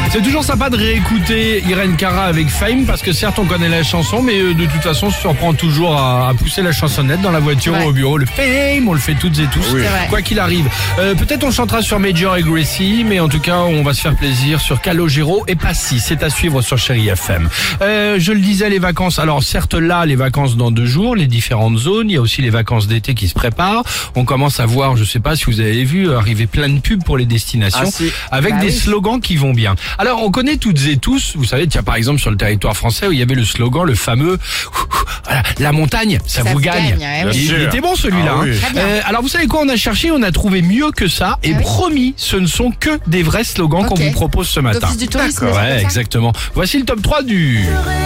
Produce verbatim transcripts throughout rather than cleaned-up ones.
C'est toujours sympa de réécouter Irène Cara avec Fame parce que certes on connaît la chanson mais de toute façon on se surprend toujours à, à pousser la chansonnette dans la voiture ou au bureau. Le Fame, on le fait toutes et tous, Oui. quoi qu'il arrive. Euh, peut-être on chantera sur Major et Gracie, mais en tout cas on va se faire plaisir sur Calogero et Passy. C'est à suivre sur Chérie F M. Euh, je le disais, les vacances, alors certes là les vacances dans deux jours, les différentes zones, il y a aussi les vacances d'été qui se préparent. On commence à voir, je sais pas si vous avez vu, arriver plein de pubs pour les destinations Ah, si. avec Bah des oui. slogans qui vont bien. Alors on connaît toutes et tous, vous savez, tiens par exemple sur le territoire français où il y avait le slogan, le fameux voilà, la montagne, ça, Ça vous vous gagne. gagne, ouais, oui. il, Bien il sûr. était bon celui-là. Ah oui. hein. Très bien. Euh, alors vous savez quoi, on a cherché, on a trouvé mieux que ça et Ah oui. promis, ce ne sont que des vrais slogans qu'on Ok. vous propose ce matin. D'office du tourisme, D'accord, c'est ouais, comme ça exactement. Voici le top trois du...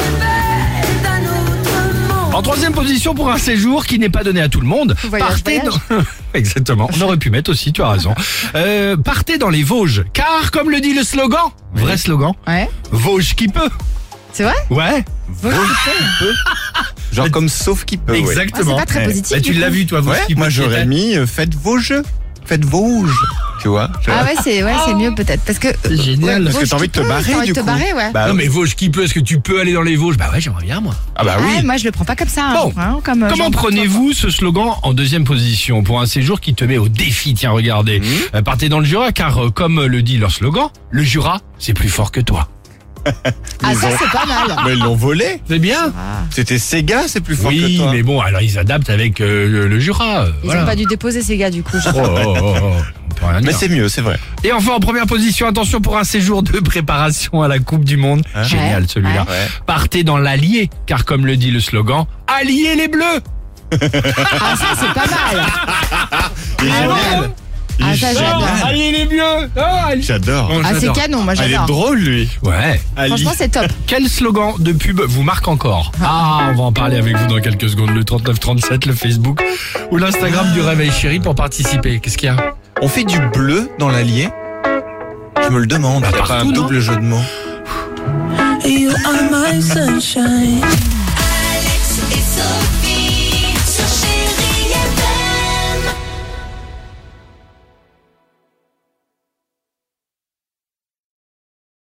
En troisième position pour un séjour qui n'est pas donné à tout le monde. Voyage, partez voyage. dans... Exactement, on aurait pu mettre aussi, tu as raison. Euh, partez dans les Vosges, car comme le dit le slogan, vrai slogan, Ouais. Vosges qui peut. C'est vrai? Ouais, Genre comme sauf qui peut. ouais. exactement. Ouais, c'est pas très Ouais. positif, Bah, tu du l'as coup. vu toi, Vosges Ouais, qui moi peut, qui j'aurais était- mis euh, faites vos jeux. Faites vos jeux. Tu vois je- Ah ouais, c'est ouais, c'est mieux peut-être parce que C'est génial. ouais, Parce que Vosges t'as envie de qui te peut, barrer t'as envie du de te coup. barrer, ouais. Bah, Non mais Vosges qui peut, est-ce que tu peux aller dans les Vosges? Bah ouais, j'aimerais bien moi. ah bah oui. Ouais, moi je le prends pas comme ça. Bon. hein, comme, euh, Comment Jean-Marc prenez-vous ce slogan en deuxième position pour un séjour qui te met au défi? Tiens, regardez. Mmh. Euh, partez dans le Jura car, euh, comme le dit leur slogan, le Jura, c'est plus fort que toi. Ah Ils ça ont- c'est pas mal. Mais ils l'ont volé. C'est bien. Ah. C'était Sega, c'est plus fort Oui, que toi. mais bon, alors ils adaptent avec euh, le, le Jura. euh, Ils voilà. ont pas dû déposer ces gars du coup. je- Oh, oh, oh, oh, on peut rien Mais dire. c'est mieux, c'est vrai. Et enfin, en première position, attention pour un séjour de préparation à la Coupe du Monde. Hein? Génial Ouais, celui-là. ouais. Partez dans l'Allier, car comme le dit le slogan, alliez les Bleus. Ah ça c'est pas mal. Il est Ah génial. ouais. Il est Ah, ça, génial. j'adore. Alliez les Bleus. Ah, alliez- J'adore. Bon, Ah c'est j'adore. canon, moi Ah, il est j'adore. drôle lui. Ouais. Franchement c'est top. Quel slogan de pub vous marque encore? Ah, on va en parler avec vous dans quelques secondes. Le trente-neuf trente-sept, le Facebook ou l'Instagram du Réveil Chéri pour participer. Qu'est-ce qu'il y a? On fait du bleu dans l'Allier. Je me le demande. Bah, Il y a pas partout, un non double jeu de mots. You are my sunshine.